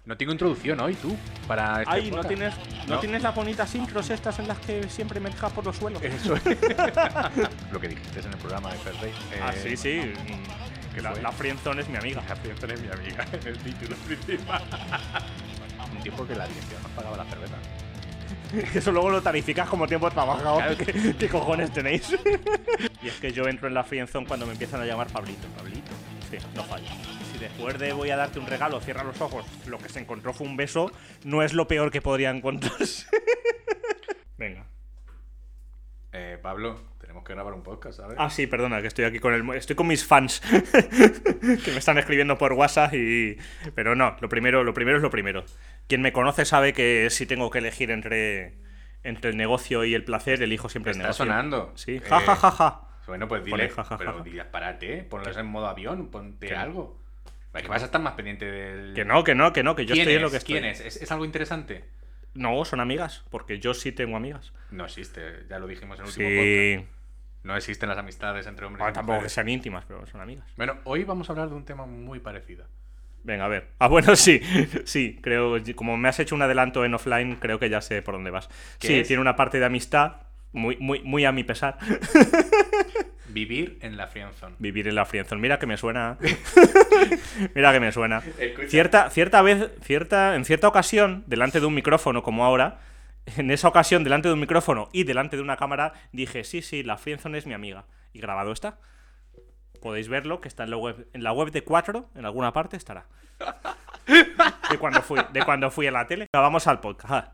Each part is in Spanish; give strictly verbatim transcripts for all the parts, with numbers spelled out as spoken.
No tengo introducción hoy, tú, para este Ay, ¿no podcast. tienes, ¿no, No. tienes las bonitas intros estas en las que siempre me dejas por los suelos? Eso es. Lo que dijiste en el programa de First Date. Eh, Ah, sí, sí. ¿qué La, fue? la friendzone es mi amiga. La dirección es mi amiga, en el título principal. Un tiempo que la dirección nos pagaba la cerveza. Eso luego lo tarificas como tiempo trabajado. Claro. ¿Qué, qué cojones tenéis? Y es que yo entro en la friendzone cuando me empiezan a llamar Pablito. Pablito. Sí, no falla. Si después de voy a darte un regalo, cierra los ojos, lo que se encontró fue un beso, no es lo peor que podría encontrarse. Venga. Eh, Pablo, tenemos que grabar un podcast, ¿sabes? Ah, sí, perdona, que estoy aquí con el... Estoy con mis fans que me están escribiendo por WhatsApp y... Pero no, lo primero, lo primero es lo primero. Quien me conoce sabe que si tengo que elegir entre, entre el negocio y el placer, elijo siempre el Está negocio. sonando. Sí, Eh, ja, ja, ja, ja. Bueno, pues Pone dile, ja, ja, ja, pero ja. dile, párate, ponlos en modo avión, ponte Que no. algo. Es que vas a estar más pendiente del... Que no, que no, que no, que yo ¿Quién estoy es? en lo que estoy. ¿Quién es? ¿Es? ¿Es algo interesante? No, son amigas, porque yo sí tengo amigas. No existe, ya lo dijimos en el último Sí. podcast. No existen las amistades entre hombres Ah, y tampoco que mujeres. sean íntimas, pero son amigas. Bueno, hoy vamos a hablar de un tema muy parecido. Venga, a ver. Ah, bueno, sí. Sí, creo. Como me has hecho un adelanto en offline, creo que ya sé por dónde vas. ¿Qué Sí, es? tiene una parte de amistad, muy, muy, muy a mi pesar. Vivir en la friendzone. Vivir en la friendzone. Mira que me suena. Mira que me suena. Escucha. Cierta, cierta vez, cierta, en cierta ocasión, delante de un micrófono como ahora, en esa ocasión, delante de un micrófono y delante de una cámara, dije, sí, sí, la friendzone es mi amiga. Y grabado está. Podéis verlo, que está en la web, en la web de cuatro, en alguna parte estará. De cuando fui, de cuando fui a la tele. Vamos al podcast.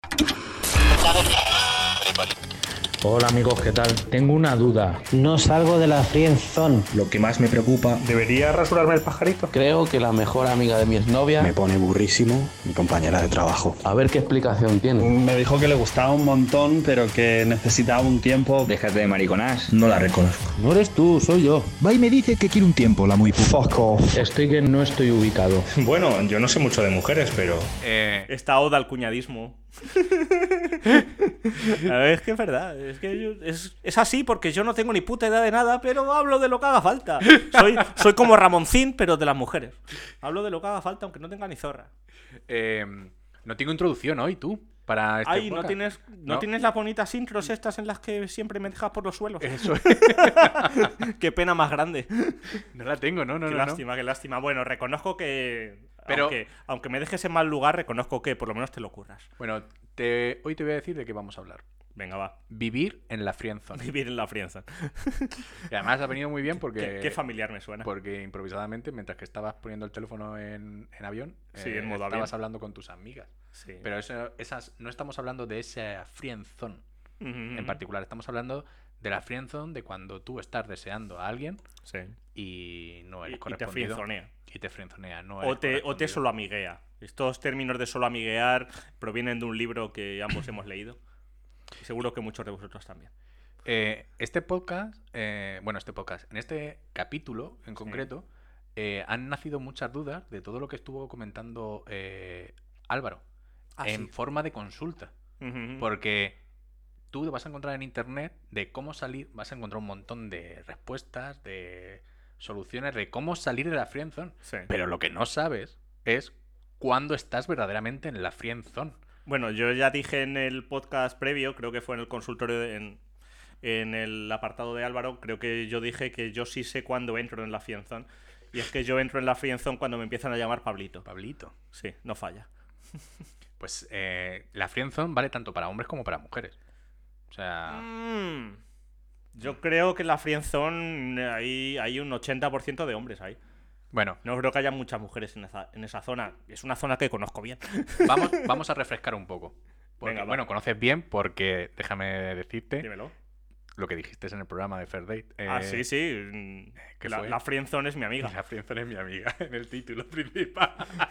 Hola amigos, ¿qué tal? Tengo una duda. No salgo de la friendzone. Lo que más me preocupa, ¿Debería rasurarme el pajarito? Creo que la mejor amiga de mi exnovia... Me pone burrísimo mi compañera de trabajo. A ver qué explicación tiene. Me dijo que le gustaba un montón, pero que necesitaba un tiempo. déjate de mariconas, no la reconozco. No eres tú, soy yo. Va y me dice que quiere un tiempo, la muy pu- Fuck off. Estoy que no estoy ubicado. Bueno, yo no sé mucho de mujeres, pero... Eh, Esta oda al cuñadismo. A ver, es que es verdad. Es que yo- es, es así porque yo no tengo ni puta idea de nada, pero hablo de lo que haga falta. Soy, soy como Ramoncín, pero de las mujeres. Hablo de lo que haga falta, aunque no tenga ni zorra. eh, no tengo introducción hoy, tú, para este Ay, ¿no podcast. tienes, ¿no, No. tienes las bonitas intros estas en las que siempre me dejas por los suelos? Eso es. Qué pena más grande. No la tengo, no, no, Qué no. no. lástima, qué lástima. Bueno, reconozco que... Pero- Aunque, aunque me dejes en mal lugar, reconozco que por lo menos te lo curras. Bueno, te, hoy te voy a decir de qué vamos a hablar. Venga, va. Vivir en la friendzone. Vivir en la friendzone. Y además ha venido muy bien porque... Qué, qué familiar me suena. Porque improvisadamente, mientras que estabas poniendo el teléfono en, en avión, Sí, eh, en modo estabas avión. hablando con tus amigas. Sí. Pero eso, esas, no estamos hablando de esa friendzone Ujú, en ujú. particular. Estamos hablando de la friendzone de cuando tú estás deseando a alguien Sí. y no Y, eres y te correspondido. frienzonea. Y te frienzonea, no O eres te, o te correspondido. solo amiguea. Estos términos de solo amiguear provienen de un libro que ambos hemos leído. Y seguro que muchos de vosotros también. Eh, este podcast, eh, bueno, este podcast, en este capítulo en concreto, eh, han nacido muchas dudas de todo lo que estuvo comentando eh, Álvaro Ah, en sí. forma de consulta. Ujú, ujú. Porque tú te vas a encontrar en internet de cómo salir, vas a encontrar un montón de respuestas, de soluciones de cómo salir de la friendzone. Sí. Pero lo que no sabes es cuándo estás verdaderamente en la friendzone. Bueno, yo ya dije en el podcast previo, creo que fue en el consultorio, de- en, en el apartado de Álvaro, creo que yo dije que yo sí sé cuándo entro en la friendzone. Y es que yo entro en la friendzone cuando me empiezan a llamar Pablito. Pablito. Sí, no falla. Pues eh, la friendzone vale tanto para hombres como para mujeres. O sea, Mm. Yo creo que en la friendzone hay, hay un ochenta por ciento de hombres ahí. bueno, No creo que haya muchas mujeres en esa, en esa zona. Es una zona que conozco bien. vamos, vamos a refrescar un poco. Porque, Venga, va. bueno, conoces bien porque, déjame decirte, Dímelo. lo que dijiste en el programa de First Date. ah, eh, sí, sí. mm, ¿qué La, fue? la friendzone es mi amiga. La friendzone es mi amiga, en el título principal.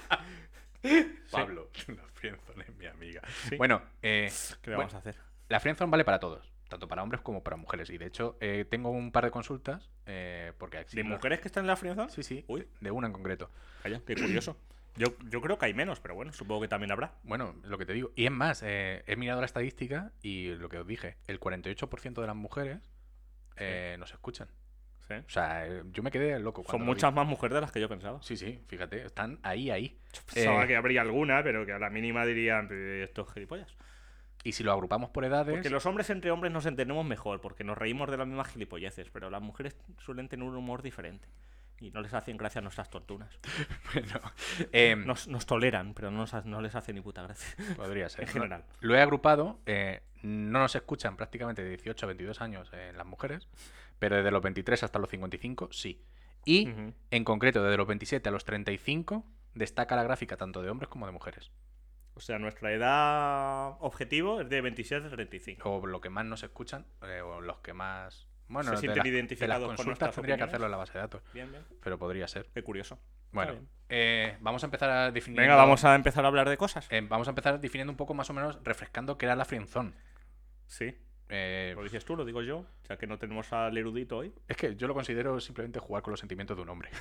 Pablo, la friendzone es mi amiga. Sí. Bueno, eh, ¿Qué le bueno, vamos a hacer? la friendzone vale para todos, tanto para hombres como para mujeres. Y de hecho, eh, tengo un par de consultas, eh, porque ¿De existen- mujeres que están en la friendzone? Sí, sí, Uy. de- de una en concreto. Calla, qué curioso. Yo, yo creo que hay menos, pero bueno, supongo que también habrá. Bueno, lo que te digo. Y es más, eh, he mirado la estadística y lo que os dije, el cuarenta y ocho por ciento de las mujeres eh, nos escuchan. Sí. O sea, eh, yo me quedé loco. cuando Son lo muchas vi. más mujeres de las que yo pensaba. Sí, sí, fíjate, están ahí, ahí. Pensaba Eh, que habría alguna, pero que a la mínima dirían "Eh, estos gilipollas". Y si lo agrupamos por edades... Porque los hombres entre hombres nos entendemos mejor, porque nos reímos de las mismas gilipolleces, pero las mujeres suelen tener un humor diferente. Y no les hacen gracia nuestras tortunas. Bueno, eh, Nos, nos toleran, pero no, nos ha- no les hace ni puta gracia. podría ser. En general. ¿no? Lo he agrupado. eh, no nos escuchan prácticamente de dieciocho a veintidós años en las mujeres, pero desde los veintitrés hasta los cincuenta y cinco, sí. Y, Ujú. en concreto, desde los veintisiete a los treinta y cinco, destaca la gráfica tanto de hombres como de mujeres. O sea, nuestra edad objetivo es de veintisiete a treinta y cinco. O lo que más nos escuchan, eh, o los que más... Bueno, Se de sienten las- de las identificados con consultas nuestras tendría que opiniones. hacerlo en la base de datos, Bien, bien. pero podría ser. Qué curioso. Bueno, Está bien. eh, vamos a empezar a definir... Venga, vamos a empezar a hablar de cosas. Eh, vamos a empezar definiendo un poco más o menos, refrescando qué era la friendzone. Sí. Eh, Lo dices tú, lo digo yo, ya que no tenemos al erudito hoy. es que yo lo considero simplemente jugar con los sentimientos de un hombre.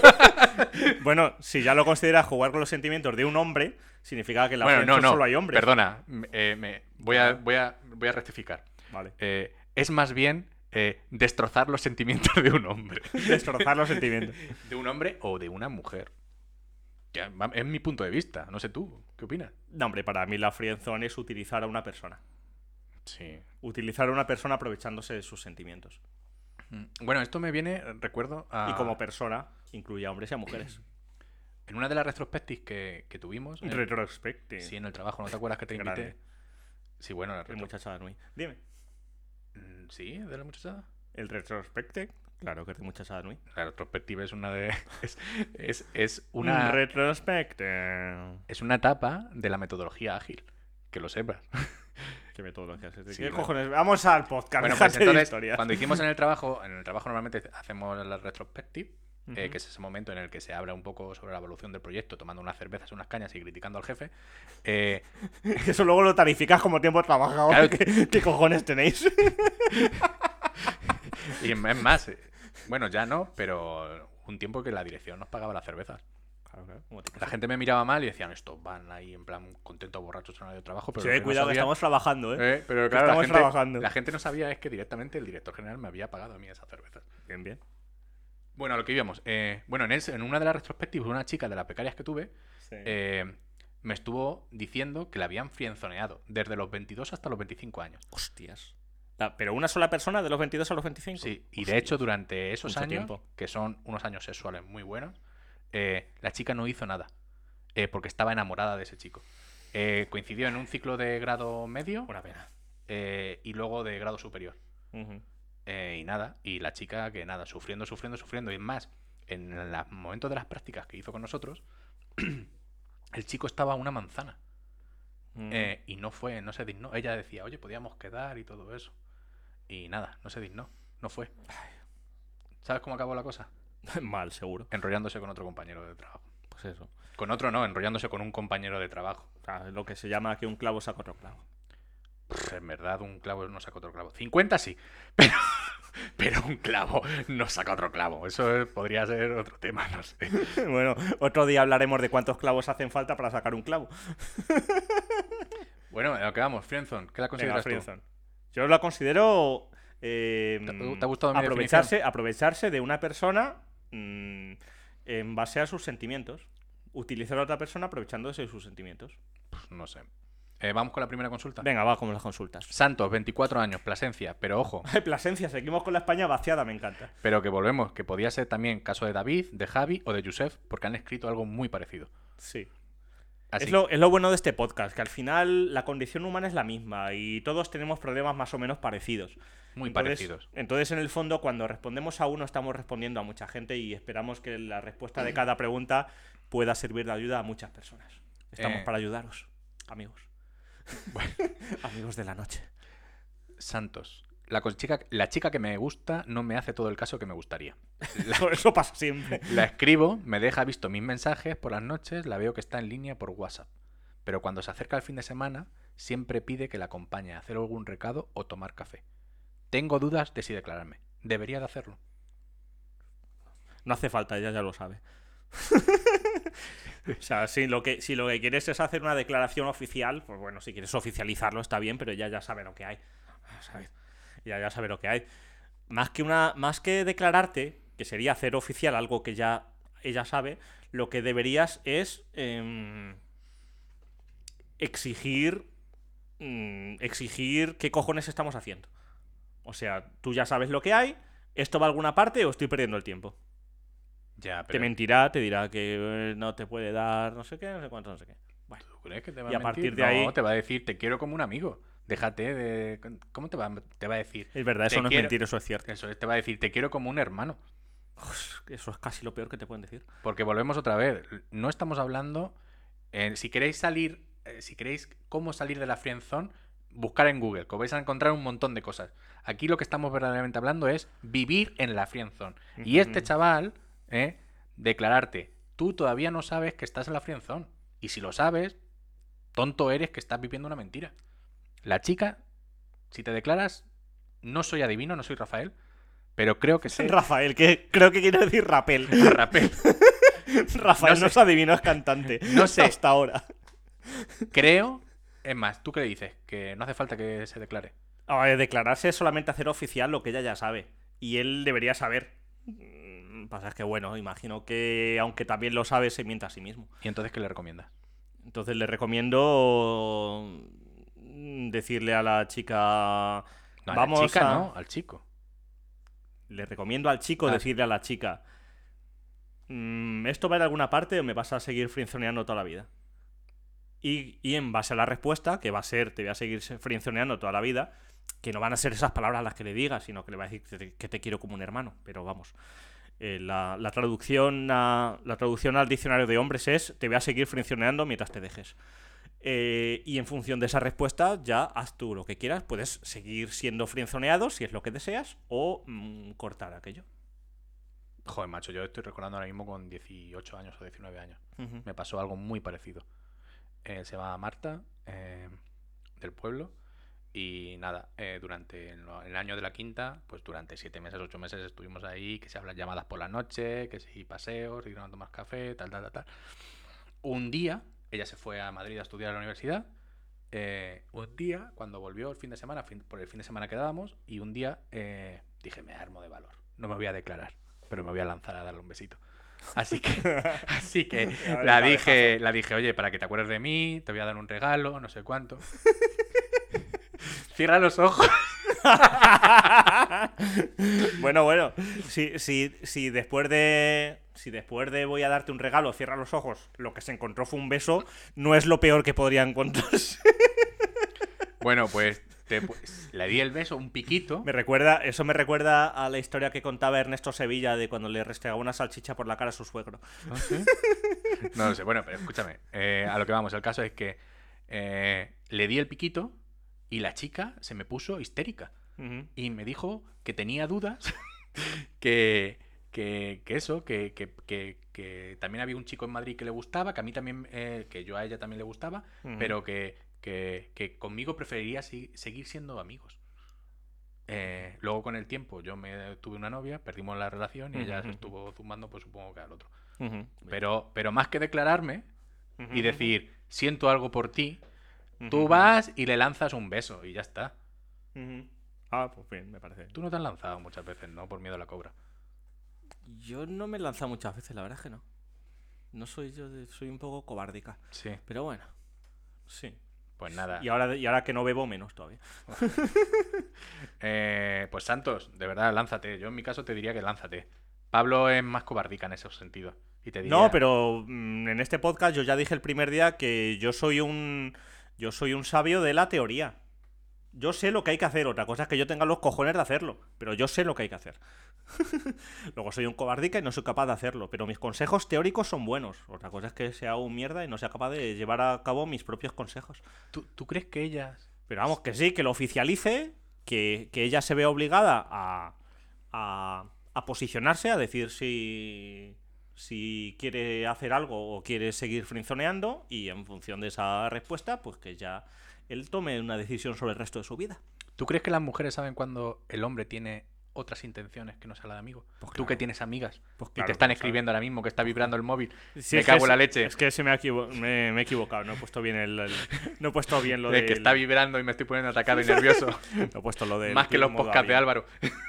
Bueno, si ya lo consideras jugar con los sentimientos de un hombre, significa que en la bueno, no, friendzone no. solo hay hombres. Perdona, m- eh, me- voy, a, voy, a, voy a rectificar. Vale. Eh, es más bien eh, destrozar los sentimientos de un hombre. Destrozar los sentimientos. De un hombre o de una mujer. Ya, va- es mi punto de vista. No sé tú. ¿Qué opinas? No, hombre, para mí la friendzone es utilizar a una persona. Sí. Utilizar a una persona aprovechándose de sus sentimientos. Mm, Bueno, esto me viene, recuerdo, a... Y como persona, incluye a hombres y a mujeres. en una de las retrospectives que, que tuvimos. eh, Retrospective. sí, en el trabajo. ¿No te acuerdas que te Qué invité? grande. Sí, bueno, la El retro- muchacho de Nui. Dime. Mm, ¿Sí? ¿De la muchachada? ¿El retrospective? Claro que es de muchacha de Nui. La retrospectiva es una de. Es, es, es Una una. retrospective. Es una etapa de la metodología ágil. Que lo sepas. ¿Qué metodología es? ¿De Sí, ¿Qué claro. cojones? Vamos al podcast. Bueno, déjate pues de entonces, historias. cuando hicimos en el trabajo, en el trabajo normalmente hacemos la retrospective, eh, Ujú. que es ese momento en el que se habla un poco sobre la evolución del proyecto, tomando unas cervezas, unas cañas y criticando al jefe. Eh, Eso luego lo tarificas como tiempo trabajado. Claro. ¿Qué, qué cojones tenéis? y es más, eh, bueno, ya no, pero un tiempo que la dirección nos pagaba las cervezas. Claro, claro. ¿Cómo te La gente me miraba mal y decían, estos van ahí en plan contentos, borrachos en el trabajo. Pero Sí, lo que no cuidado, que sabía- estamos trabajando, ¿eh? Eh, pero Que claro, la estamos gente, trabajando. la gente no sabía es que directamente el director general me había pagado a mí esas cervezas. Bien, bien. Bueno, a lo que íbamos. Eh, bueno, en, ese- en una de las retrospectivas, una chica de las becarias que tuve Sí. eh, me estuvo diciendo que la habían frienzoneado desde los veintidós hasta los veinticinco años. Hostias. La- ¿Pero una sola persona de los veintidós a los veinticinco? Sí, y de Hostias. hecho durante esos Mucho años, tiempo. que son unos años sexuales muy buenos, eh, la chica no hizo nada, eh, porque estaba enamorada de ese chico. Eh, coincidió en un ciclo de grado medio Una pena. eh, y luego de grado superior. Ujú. Eh, y nada, y la chica que nada, sufriendo, sufriendo, sufriendo. Y es más, en el momento de las prácticas que hizo con nosotros, el chico estaba a una manzana. Mm. eh, y no fue, no se dignó. Ella decía, oye, podíamos quedar y todo eso. Y nada, no se dignó, no fue. ¿Sabes cómo acabó la cosa? Mal, seguro. Enrollándose con otro compañero de trabajo. Pues eso. Con otro no, enrollándose con un compañero de trabajo. O sea, es lo que se llama que un clavo saca otro clavo. Pff, en verdad, un clavo no saca otro clavo. cincuenta sí, pero, pero un clavo no saca otro clavo. Eso eh, podría ser otro tema, no sé. Bueno, otro día hablaremos de cuántos clavos hacen falta para sacar un clavo. Bueno, a lo que vamos, friendzone, ¿qué la Venga, consideras tú? friendzone. Yo la considero. eh, ¿Te- te ha gustado mi aprovecharse, aprovecharse de una persona mm, en base a sus sentimientos. Utilizar a otra persona aprovechándose de sus sentimientos. Pues no sé. Eh, vamos con la primera consulta. Venga, va con las consultas. Santos, veinticuatro años, Plasencia, pero ojo, Ay, Plasencia, seguimos con la España vaciada, me encanta. pero que volvemos, que podía ser también caso de David, de Javi o de Yusef, porque han escrito algo muy parecido. Sí. Así Es lo, es lo bueno de este podcast, que al final la condición humana es la misma y todos tenemos problemas más o menos parecidos. muy Entonces- parecidos. Entonces, en el fondo, cuando respondemos a uno, estamos respondiendo a mucha gente y esperamos que la respuesta de cada pregunta pueda servir de ayuda a muchas personas. Estamos Eh. para ayudaros, amigos. Amigos de la noche. Santos, la, cos- chica, la chica que me gusta no me hace todo el caso que me gustaría. Eso, eso pasa siempre. La escribo, me deja visto mis mensajes por las noches, la veo que está en línea por WhatsApp. Pero cuando se acerca el fin de semana, siempre pide que la acompañe a hacer algún recado o tomar café. Tengo dudas de si declararme. ¿Debería de hacerlo? No hace falta, ella ya lo sabe. O sea, si lo, que, si lo que quieres es hacer una declaración oficial, pues bueno, si quieres oficializarlo está bien, pero ella ya sabe lo que hay. ¿Sabes? Ella ya sabe lo que hay. más que una, más que declararte, que sería hacer oficial algo que ya ella sabe, lo que deberías es eh, exigir, mm, exigir qué cojones estamos haciendo. O sea, tú ya sabes lo que hay, ¿esto va a alguna parte o estoy perdiendo el tiempo? Ya, Te pero mentirá, te dirá que eh, no te puede dar no sé qué, no sé cuánto, no sé qué. Bueno, ¿tú crees que te va y a a mentir? partir de No, ahí- te va a decir, te quiero como un amigo. Déjate de... ¿Cómo te va, te va a decir? es verdad, Te eso no quiero- es mentir, eso es cierto. Eso es, te va a decir, te quiero como un hermano. Uf, eso es casi lo peor que te pueden decir. Porque volvemos otra vez. No estamos hablando... eh, si queréis salir... eh, si queréis cómo salir de la friendzone, buscar en Google, que os vais a encontrar un montón de cosas. Aquí lo que estamos verdaderamente hablando es vivir en la friendzone. Y este Ujú. chaval, eh, declararte, tú todavía no sabes que estás en la friendzone. Y si lo sabes, tonto eres que estás viviendo una mentira. La chica, si te declaras, no soy adivino, no soy Rafael, pero creo que sé... Rafael, que creo que quiere decir Rapel. Rapel. Rafael No no, sé. se adivinó, es cantante. No sé. Hasta ahora. Creo... Es más, ¿tú qué le dices? Que no hace falta que se declare. A ver, declararse es solamente hacer oficial lo que ella ya sabe. Y él debería saber. Mm, Pasa es que, bueno, imagino que, aunque también lo sabe, se miente a sí mismo. ¿Y entonces qué le recomiendas? Entonces le recomiendo mm, decirle a la chica... No, a vamos la chica a... no, al chico. Le recomiendo al chico Ah, decirle a la chica... "Mm, ¿esto va a ir a alguna parte o me vas a seguir frenzoneando toda la vida? Y, y en base a la respuesta, que va a ser, te voy a seguir frenzoneando toda la vida, que no van a ser esas palabras las que le digas, sino que le va a decir que te, que te quiero como un hermano. Pero vamos, eh, la, la traducción a, la traducción al diccionario de hombres es te voy a seguir frenzoneando mientras te dejes. Eh, y en función de esa respuesta, ya haz tú lo que quieras. Puedes seguir siendo frenzoneado si es lo que deseas, o mm, cortar aquello. Joder, macho, yo estoy recordando ahora mismo con dieciocho años o diecinueve años. Ujú. Me pasó algo muy parecido. Eh, se llama Marta, eh, del pueblo. Y nada, eh, durante el, el año de la quinta, pues durante siete meses, ocho meses estuvimos ahí, que se hablan llamadas por la noche, que si paseos, ir a tomar café, tal, tal, tal, tal. Un día, ella se fue a Madrid a estudiar a la universidad. Eh, un día, cuando volvió el fin de semana, fin- por el fin de semana quedábamos, y un día eh, dije, me armo de valor. No me voy a declarar, pero me voy a lanzar a darle un besito. Así que, así que A ver, la cabezazo. dije, la dije, oye, para que te acuerdes de mí, te voy a dar un regalo, no sé cuánto. Cierra los ojos. Bueno, bueno, si, si, si después de si después de voy a darte un regalo, cierra los ojos, lo que se encontró fue un beso, no es lo peor que podría encontrarse. Bueno, pues, te- pues, le di el beso, un piquito. Me recuerda, eso me recuerda a la historia que contaba Ernesto Sevilla de cuando le restregaba una salchicha por la cara a su suegro. ¿Ah, sí? No lo sé, bueno, pero escúchame. eh, a lo que vamos, el caso es que eh, le di el piquito y la chica se me puso histérica. Ujú. Y me dijo que tenía dudas, que, que, que eso, que, que, que, que también había un chico en Madrid que le gustaba, que a mí también, eh, que yo a ella también le gustaba, Ujú. pero que, que, que conmigo preferiría si- seguir siendo amigos. Eh, luego con el tiempo yo me tuve una novia, perdimos la relación y ella se Ujú. estuvo zumbando, pues supongo que al otro. Ujú. Pero, pero más que declararme Ujú. y decir, siento algo por ti, Ujú. tú vas y le lanzas un beso y ya está. Ujú. Ah, pues bien, me parece. Tú no te has lanzado muchas veces, ¿no? Por miedo a la cobra. Yo no me he lanzado muchas veces, la verdad es que no. No soy yo, de- soy un poco cobardica. Sí. Pero bueno, sí. Pues nada. Y ahora, y ahora que no bebo, menos todavía. Eh, pues Santos, de verdad, lánzate. Yo en mi caso te diría que lánzate. Pablo es más cobardica en esos sentidos. Y te diría... No, pero mm, en este podcast yo ya dije el primer día que yo soy un. Yo soy un sabio de la teoría. Yo sé lo que hay que hacer. Otra cosa es que yo tenga los cojones de hacerlo. Pero yo sé lo que hay que hacer. Luego soy un cobardica y no soy capaz de hacerlo. Pero mis consejos teóricos son buenos. Otra cosa es que sea un mierda y no sea capaz de llevar a cabo mis propios consejos. ¿Tú, tú crees que ellas... Pero vamos, que sí, que lo oficialice, que, que ella se vea obligada a, a, a posicionarse, a decir si, si quiere hacer algo o quiere seguir frenzoneando, y en función de esa respuesta, pues que ya él tome una decisión sobre el resto de su vida. ¿Tú crees que las mujeres saben cuando el hombre tiene otras intenciones que no sea la de amigo? Pues Tú que claro. tienes amigas Pues y claro te están que lo escribiendo ahora mismo, que está vibrando el móvil. Sí, me es que cago en la es- leche. Es que se me, ha equivo- me, me he equivocado, no he puesto bien el, el- no he puesto bien lo de de que está vibrando y me estoy poniendo atacado y nervioso. No he puesto lo de Más que los podcasts de Álvaro.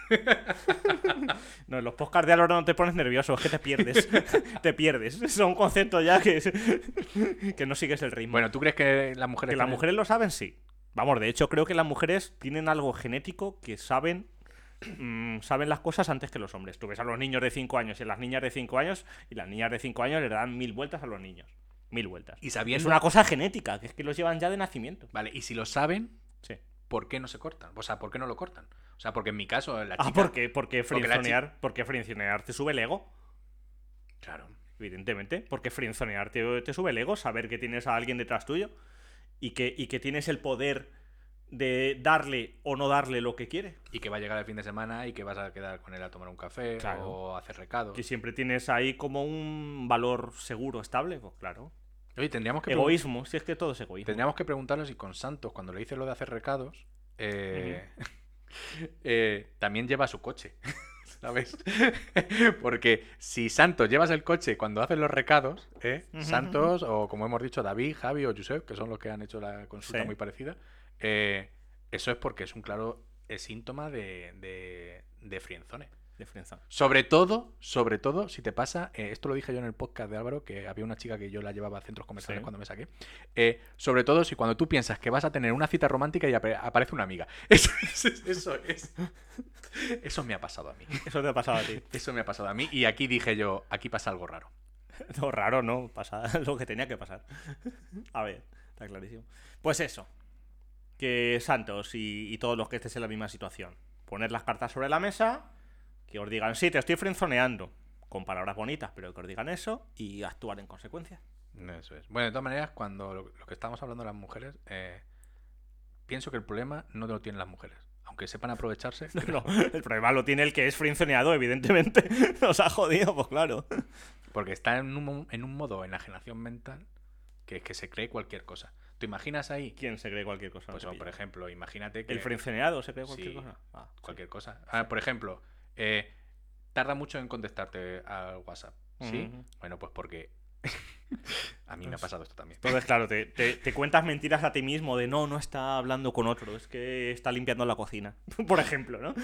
No, en los podcasts de Álvaro no te pones nervioso, es que te pierdes. Te pierdes. Son conceptos ya que, que no sigues el ritmo. Bueno, ¿tú crees que las mujeres... Que las tienen- mujeres lo saben, sí. Vamos, de hecho, creo que las mujeres tienen algo genético que saben mm, saben las cosas antes que los hombres. Tú ves a los niños de cinco años y a las niñas de cinco años, y las niñas de cinco años le dan mil vueltas a los niños. Mil vueltas. Y sabiendo... Es una cosa genética, que es que los llevan ya de nacimiento. Vale, y si lo saben, Sí. ¿por qué no se cortan? O sea, ¿por qué no lo cortan? O sea, porque en mi caso, la Ah, chica... ¿por qué? Porque Porque la frenzonear, porque frenzonear te sube el ego. Claro. Evidentemente, porque frenzonear te, te sube el ego, saber que tienes a alguien detrás tuyo y que, y que tienes el poder de darle o no darle lo que quiere. Y que va a llegar el fin de semana y que vas a quedar con él a tomar un café Claro. o a hacer recados. Que siempre tienes ahí como un valor seguro, estable, pues claro. Oye, tendríamos que, pregun- Egoísmo, si es que todo es egoísmo. tendríamos que preguntarle si con Santos, cuando le hice lo de hacer recados, eh, eh, también lleva su coche. ¿Sabes? Porque si Santos llevas el coche cuando haces los recados, ¿eh? Ujú, Santos, o como hemos dicho, David, Javi o Josep, que son los que han hecho la consulta Sí. muy parecida, eh, eso es porque es un claro eh, síntoma de, de, de friendzone. De friendzone. Sobre todo, sobre todo, si te pasa, eh, esto lo dije yo en el podcast de Álvaro, que había una chica que yo la llevaba a centros comerciales Sí. cuando me saqué. eh, sobre todo si cuando tú piensas que vas a tener una cita romántica y apare- aparece una amiga. Eso, eso, eso es. Eso me ha pasado a mí. Eso te ha pasado a ti. Eso me ha pasado a mí y aquí dije yo, aquí pasa algo raro. No, raro, no. Pasa lo que tenía que pasar. A ver, está clarísimo. Pues eso. Que Santos y, y todos los que estés en la misma situación. Poner las cartas sobre la mesa. Que os digan, sí, te estoy frenzoneando. Con palabras bonitas, pero que os digan eso. Y actuar en consecuencia. Eso es. Bueno, de todas maneras, cuando lo, lo que estamos hablando de las mujeres, eh, pienso que el problema no lo tienen las mujeres. Aunque sepan aprovecharse. No, el problema lo tiene el que es frenzoneado, evidentemente. Nos ha jodido, pues claro. Porque está en un, mo- en un modo enajenación mental que es que se cree cualquier cosa. ¿Tú imaginas ahí? ¿Quién se cree cualquier cosa? Pues, No o, te por pillo. ejemplo, imagínate que... ¿El frenzoneado se cree cualquier Sí. cosa? Ah, Cualquier cosa. Ah, por ejemplo, eh, tarda mucho en contestarte al WhatsApp. ¿Sí? Ujú. Bueno, pues porque... a mí me ha pasado esto también. Entonces, claro, te, te- te cuentas mentiras a ti mismo de no, no está hablando con otro, es que está limpiando la cocina, por ejemplo, ¿no?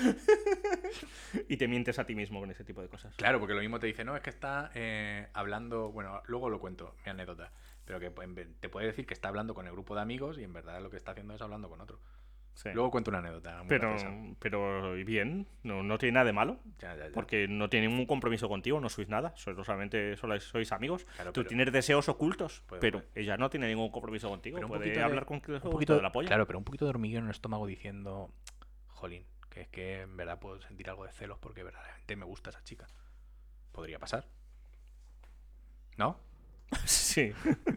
Y te mientes a ti mismo con ese tipo de cosas. Claro, porque lo mismo te dice, no, es que está eh, hablando... Bueno, luego lo cuento, mi anécdota. Pero que en vez- te puede decir que está hablando con el grupo de amigos y en verdad lo que está haciendo es hablando con otro. Sí. Luego cuento una anécdota. muy Pero, graciosa. pero y bien, no, no tiene nada de malo, Ya, ya, ya. porque no tiene ningún compromiso contigo, no sois nada, sois solamente solo sois amigos. Claro, Tú pero- tienes deseos ocultos, Puede- pero puede. ella no tiene ningún compromiso contigo, Pero un puede poquito de- hablar con un con poquito de la polla. Claro, pero un poquito de hormigueo en el estómago diciendo, jolín, que es que en verdad puedo sentir algo de celos porque verdaderamente me gusta esa chica. Podría pasar. ¿No? Sí.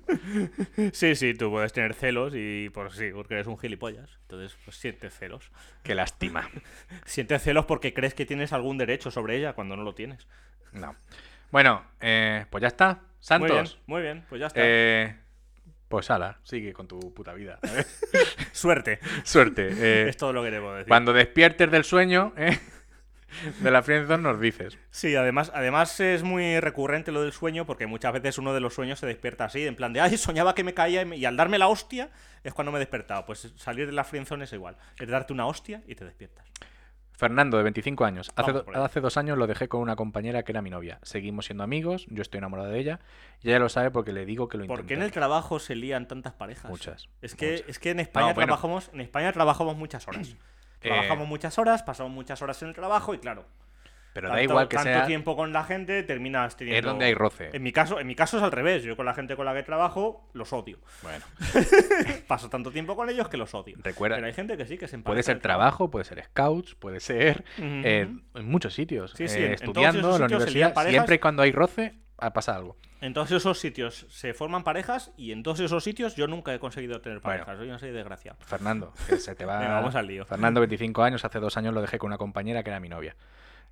Sí, sí, tú puedes tener celos y por sí, porque eres un gilipollas. Entonces, pues sientes celos. Qué lástima. Sientes celos porque crees que tienes algún derecho sobre ella cuando no lo tienes. No. Bueno, eh, pues ya está. Muy bien, Santos. muy bien, pues ya está. Eh, pues ala, sigue con tu puta vida. Suerte. Suerte. eh, Es todo lo que debo decir. cuando despiertes del sueño, eh, de la friendzone nos dices. Sí, además, además es muy recurrente lo del sueño porque muchas veces uno de los sueños se despierta así, en plan de, ay, soñaba que me caía y, me- y al darme la hostia es cuando me he despertado. Pues salir de la friendzone es igual. Es darte una hostia y te despiertas. Fernando, de veinticinco años. Hace, Vamos do- por ahí. hace dos años lo dejé con una compañera que era mi novia. Seguimos siendo amigos, yo estoy enamorado de ella y ella lo sabe porque le digo que lo ¿Por intenté. qué en el trabajo se lían tantas parejas? Muchas, Es que, muchas. es que en España No, bueno. trabajamos, en España trabajamos muchas horas. Eh, Trabajamos muchas horas, pasamos muchas horas en el trabajo y claro, Pero tanto, da igual que tanto sea... tiempo con la gente terminas teniendo... Es donde hay roce. En mi caso, en mi caso es al revés. Yo con la gente con la que trabajo los odio. Bueno, Paso tanto tiempo con ellos que los odio. recuerda... Pero hay gente que sí que se empareja Puede ser en el trabajo, puede ser scouts, puede ser Ujú. eh, en muchos sitios. Sí, sí, eh, en- en todos estudiando, esos en la sitios se lían universidad. parejas. Siempre y cuando hay roce, ah, pasa algo. En todos esos sitios se forman parejas y en todos esos sitios yo nunca he conseguido tener Bueno. parejas. Soy una serie desgraciado. Fernando, que se te va... Venga, vamos al lío. Fernando, veinticinco años, hace dos años lo dejé con una compañera que era mi novia.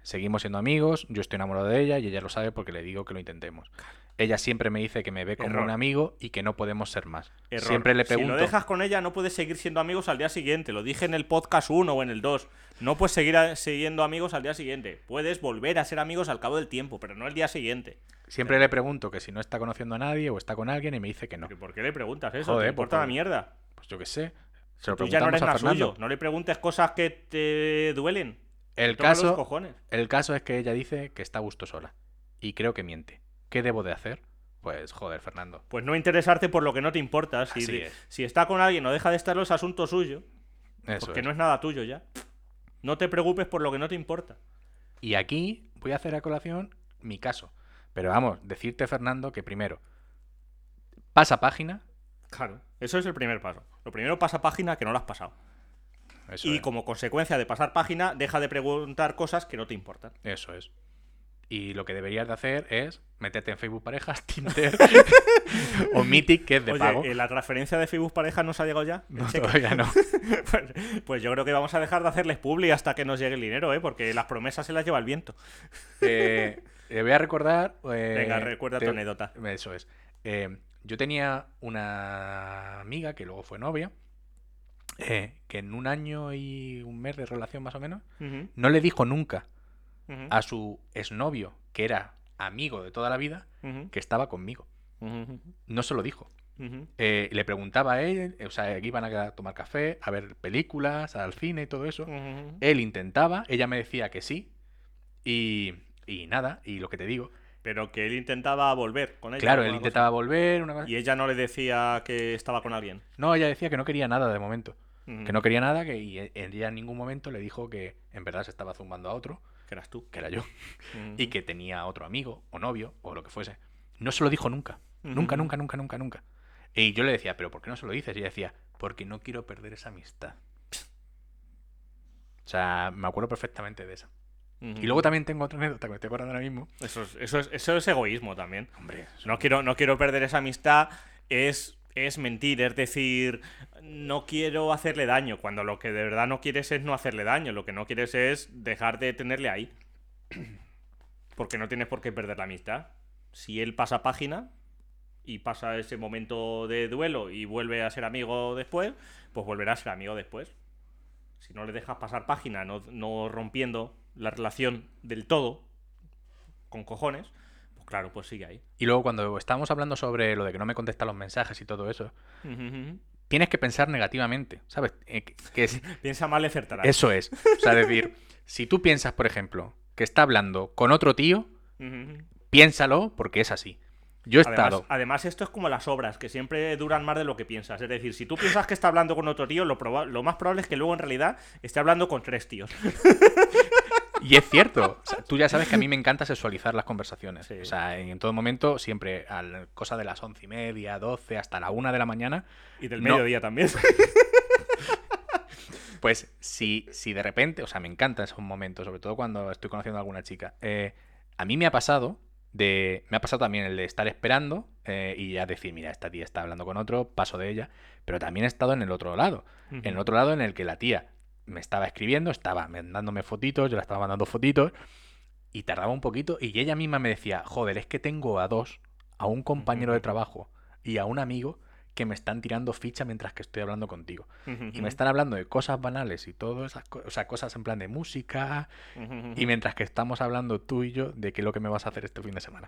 Seguimos siendo amigos, yo estoy enamorado de ella y ella lo sabe porque le digo que lo intentemos. Ella siempre me dice que me ve como Error. un amigo y que no podemos ser más. Error. Siempre le pregunto... Si lo dejas con ella, no puedes seguir siendo amigos al día siguiente. Lo dije en el podcast uno o en el dos. No puedes seguir a- siguiendo amigos al día siguiente. Puedes volver a ser amigos al cabo del tiempo, pero no el día siguiente. Siempre le pregunto que si no está conociendo a nadie o está con alguien y me dice que no. ¿Y ¿Por qué le preguntas eso? Joder, ¿Te importa pues, la mierda? Pues yo qué sé. Se lo Tú ya no preguntamos eres a nada Fernando. suyo. No le preguntes cosas que te duelen. El Toca los caso, cojones. el caso es que ella dice que está a gusto sola. Y creo que miente. ¿Qué debo de hacer? Pues joder, Fernando. Pues no interesarte por lo que no te importa. Si, Así de- es. si está con alguien o deja de estarlo, es asunto suyo. Eso Porque es. no es nada tuyo ya. No te preocupes por lo que no te importa. Y aquí voy a hacer a colación mi caso. Pero vamos, decirte, Fernando, que primero, pasa página. Claro. Eso es el primer paso. Lo primero, pasa página que no lo has pasado. Eso Y es. como consecuencia de pasar página, deja de preguntar cosas que no te importan. Eso es. Y lo que deberías de hacer es meterte en Facebook Parejas, Tinder o Mythic, que es de Oye, pago. ¿eh, ¿la transferencia de Facebook Pareja nos ha llegado ya? ¿El No, cheque? todavía no. pues, pues yo creo que vamos a dejar de hacerles publi hasta que nos llegue el dinero, ¿eh? Porque las promesas se las lleva el viento. Eh, le voy a recordar... eh, Venga, recuerda tu te- anécdota. Eso es. Eh, yo tenía una amiga que luego fue novia, eh, que en un año y un mes de relación más o menos, Ujú, no le dijo nunca ujú, a su exnovio, que era amigo de toda la vida, ujú, que estaba conmigo. ujú, No se lo dijo. ujú. Eh, le preguntaba a él, o sea, que iban a tomar café, a ver películas, al cine y todo eso. Ujú. Él intentaba, ella me decía que sí. Y, y nada, y lo que te digo. Pero que él intentaba volver con ella. Claro, él alguna cosa. intentaba volver, una cosa- Y ella no le decía que estaba con alguien. No, ella decía que no quería nada de momento. Ujú. Que no quería nada, que y ella en ningún momento le dijo que en verdad se estaba zumbando a otro, Que eras tú. que era yo, Ujú. y que tenía otro amigo o novio o lo que fuese. No se lo dijo nunca. Nunca, Ujú. nunca, nunca, nunca, nunca. Y yo le decía, ¿pero por qué no se lo dices? Y ella decía, porque no quiero perder esa amistad. O sea, me acuerdo perfectamente de esa. Ujú. Y luego también tengo otra anécdota que me estoy acordando ahora mismo. Eso es, eso es, eso es egoísmo también. Hombre, eso- No quiero, no quiero perder esa amistad. Es, es mentir, es decir, no quiero hacerle daño. Cuando lo que de verdad no quieres es no hacerle daño. Lo que no quieres es dejar de tenerle ahí. Porque no tienes por qué perder la amistad. Si él pasa página y pasa ese momento de duelo y vuelve a ser amigo después, pues volverá a ser amigo después. Si no le dejas pasar página, no, no rompiendo la relación del todo, con cojones, pues claro, pues sigue ahí. Y luego cuando estábamos hablando sobre lo de que no me contestan los mensajes y todo eso, tienes que pensar negativamente, ¿sabes? Eh, que- que es- Piensa mal y acertarás. eso es. O sea, es decir, si tú piensas, por ejemplo, que está hablando con otro tío, Ujú. piénsalo porque es así. Yo he Además, estado... además, esto es como las obras, que siempre duran más de lo que piensas. Es decir, si tú piensas que está hablando con otro tío, lo, proba- lo más probable es que luego en realidad esté hablando con tres tíos. Y es cierto. O sea, tú ya sabes que a mí me encanta sexualizar las conversaciones. Sí. O sea, en todo momento, siempre a la cosa de las once y media, doce, hasta la una de la mañana. Y del No. mediodía también. Pues si, si de repente, o sea, me encanta esos momentos, sobre todo cuando estoy conociendo a alguna chica. Eh, a mí me ha pasado de. Me ha pasado también el de estar esperando eh, y ya decir, mira, esta tía está hablando con otro, paso de ella. Pero también he estado en el otro lado. En el otro lado en el que la tía me estaba escribiendo, estaba mandándome fotitos, yo la estaba mandando fotitos, y tardaba un poquito, y ella misma me decía, joder, es que tengo a dos, a un compañero de trabajo y a un amigo que me están tirando ficha mientras que estoy hablando contigo. Y me están hablando de cosas banales y todo esas cosas, o sea, cosas en plan de música, y mientras que estamos hablando tú y yo de qué es lo que me vas a hacer este fin de semana.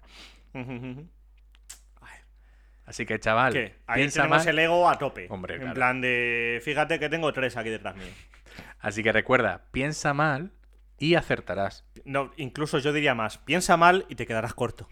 Así que, chaval, ¿Qué? Ahí piensa tenemos mal. el ego a tope. Hombre, en claro. plan de, fíjate que tengo tres aquí detrás mío. Así que recuerda, piensa mal y acertarás. No, incluso yo diría más, piensa mal y te quedarás corto.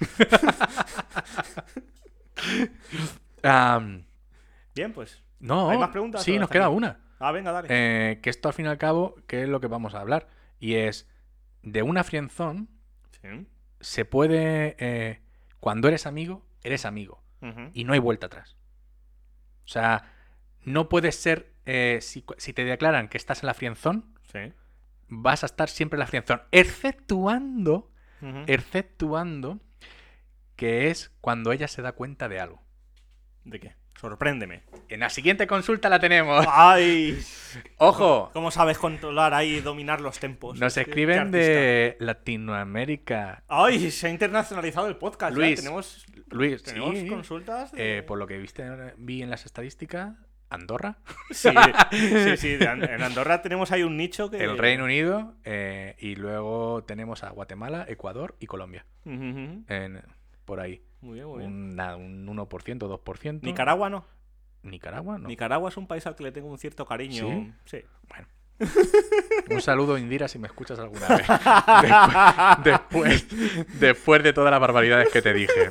Am, Bien, pues. no, ¿Hay más preguntas? sí, o nos hasta queda aquí? una. Ah, venga, dale. Eh, que esto al fin y al cabo, ¿qué es lo que vamos a hablar? Y es, de una friendzone Sí. se puede, eh, cuando eres amigo, eres amigo. Ujú. Y no hay vuelta atrás. O sea, no puedes ser, eh, si, si te declaran que estás en la friendzone, Sí. vas a estar siempre en la friendzone, exceptuando, Ujú. exceptuando que es cuando ella se da cuenta de algo. ¿De qué? Sorpréndeme. En la siguiente consulta la tenemos. ¡Ay! ¡Ojo! ¿Cómo sabes controlar ahí y dominar los tempos? Nos Qué- escriben qué de Latinoamérica. ¡Ay! Se ha internacionalizado el podcast. Luis, ya. Tenemos, Luis, tenemos sí. consultas. De... Eh, por lo que viste, vi en las estadísticas, Andorra, Sí, sí, sí. de An- en Andorra tenemos ahí un nicho que. el Reino Unido, eh, y luego tenemos a Guatemala, Ecuador y Colombia. Ujú, ujú. En, por ahí. Muy bien, muy bien. Un, nada, un uno por ciento, dos por ciento. Nicaragua no. Nicaragua, no. Nicaragua es un país al que le tengo un cierto cariño. ¿Sí? Sí. Bueno. Un saludo, Indira, si me escuchas alguna vez. Después, después, después de todas las barbaridades que te dije.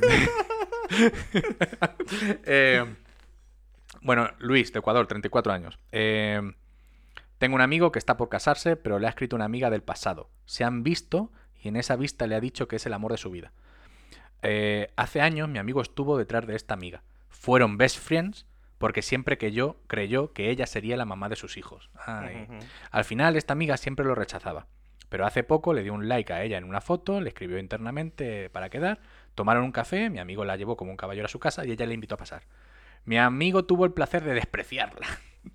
Eh, bueno, Luis, de Ecuador, treinta y cuatro años. Eh, tengo un amigo que está por casarse, pero le ha escrito una amiga del pasado. Se han visto y en esa vista le ha dicho que es el amor de su vida. Eh, hace años mi amigo estuvo detrás de esta amiga. Fueron best friends porque siempre que yo creyó que ella sería la mamá de sus hijos. Ay. Ujú, ujú. Al final esta amiga siempre lo rechazaba. Pero hace poco le dio un like a ella en una foto, le escribió internamente para quedar, tomaron un café, mi amigo la llevó como un caballero a su casa y ella le invitó a pasar. Mi amigo tuvo el placer de despreciarla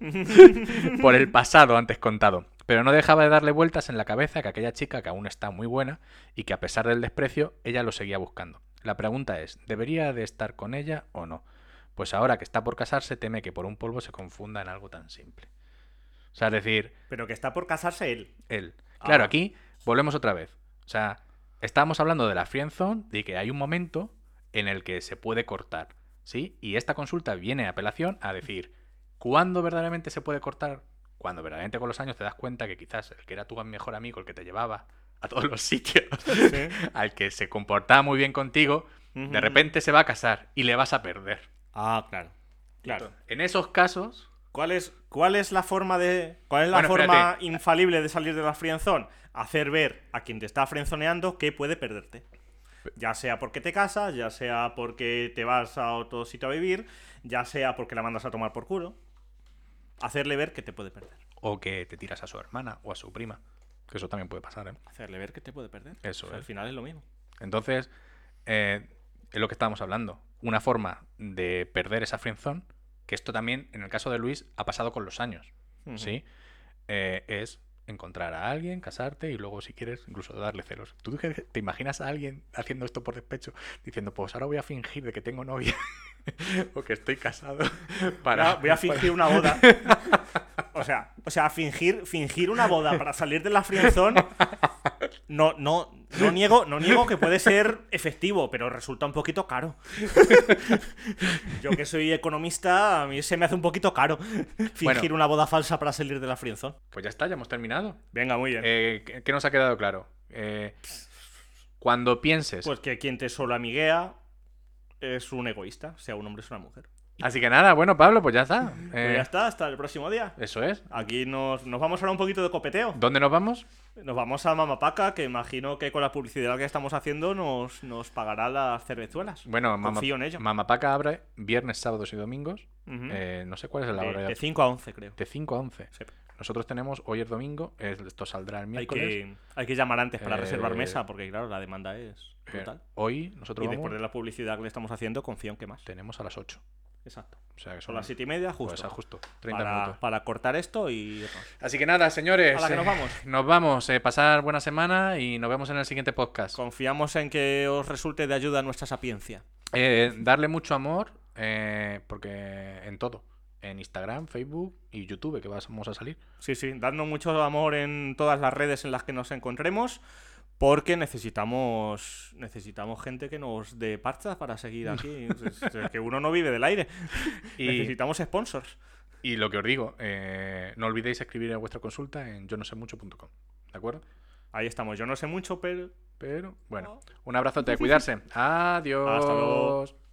por el pasado antes contado, pero no dejaba de darle vueltas en la cabeza que aquella chica que aún está muy buena y que a pesar del desprecio ella lo seguía buscando. La pregunta es, ¿debería de estar con ella o no? Pues ahora que está por casarse teme que por un polvo se confunda en algo tan simple. O sea, es decir, Pero que está por casarse él. él. Claro, Ah. aquí volvemos otra vez. O sea, estábamos hablando de la friendzone, de que hay un momento en el que se puede cortar, ¿sí? Y esta consulta viene a apelación a decir, ¿cuándo verdaderamente se puede cortar? Cuando verdaderamente con los años te das cuenta que quizás el que era tu mejor amigo, el que te llevaba a todos los sitios, Sí. al que se comportaba muy bien contigo, Ujú. de repente se va a casar y le vas a perder. Ah, claro. Claro. En esos casos, ¿Cuál es, cuál es la forma de. ¿Cuál es la Bueno, forma espérate. infalible de salir de la friendzone? Hacer ver a quien te está friendzoneando que puede perderte. Ya sea porque te casas, ya sea porque te vas a otro sitio a vivir, ya sea porque la mandas a tomar por culo. Hacerle ver que te puede perder. o que te tiras a su hermana o a su prima, que eso también puede pasar, ¿eh? Hacerle ver que te puede perder. Eso O sea, es. Al final es lo mismo. Entonces, eh, es lo que estábamos hablando. Una forma de perder esa friendzone, que esto también, en el caso de Luis, ha pasado con los años, Ujú. ¿sí? Eh, es encontrar a alguien, casarte y luego, si quieres, incluso darle celos. ¿Tú te te imaginas a alguien haciendo esto por despecho? Diciendo, pues ahora voy a fingir de que tengo novia o que estoy casado para... Voy a, voy a fingir una boda. O sea, o sea, fingir, fingir una boda para salir de la friendzone. No, no, no niego, no niego que puede ser efectivo, pero resulta un poquito caro. Yo que soy economista, a mí se me hace un poquito caro fingir Bueno. una boda falsa para salir de la friendzone. Pues ya está, ya hemos terminado. Venga, muy bien. Eh, ¿qué- ¿Qué nos ha quedado claro? Eh, cuando pienses... Pues que quien te solo amiguea es un egoísta, sea un hombre o sea una mujer. Así que nada, bueno, Pablo, pues ya está. Pues Eh, ya está, hasta el próximo día. Eso es. Aquí nos, nos vamos ahora un poquito de copeteo. ¿Dónde nos vamos? Nos vamos a Mamapaca, que imagino que con la publicidad que estamos haciendo nos, nos pagará las cervezuelas. Bueno, Mama, Confío en ello. Mamapaca abre viernes, sábados y domingos. Ujú. Eh, no sé cuál es la hora. de, ya. de cinco a once, creo. De cinco a once. Sí. Nosotros tenemos, hoy es domingo, eh, esto saldrá el Hay miércoles. que, hay que llamar antes para Eh, reservar mesa, porque claro, la demanda es Eh, brutal. hoy nosotros Y vamos, después de la publicidad que le estamos haciendo, confío en que más. tenemos a las ocho. Exacto. O sea que Son son las siete y media, pues, justo. a justo, treinta para, minutos. para cortar esto y... Así que nada, señores. Hala, que eh, nos vamos. Nos vamos. eh, pasar buena semana y nos vemos en el siguiente podcast. Confiamos en que os resulte de ayuda nuestra sapiencia. Eh, darle mucho amor, eh, porque en todo. En Instagram, Facebook y YouTube, que vamos a salir. Sí, sí, dadnos mucho amor en todas las redes en las que nos encontremos, porque necesitamos necesitamos gente que nos dé parchas para seguir aquí. Es- es que uno no vive del aire. Y, Necesitamos sponsors. y lo que os digo, eh, no olvidéis escribir vuestra consulta en yo no sé mucho punto com. ¿De acuerdo? Ahí estamos. Yo no sé mucho, pero... Pero, bueno, un abrazote, cuidarse. Adiós. Hasta luego.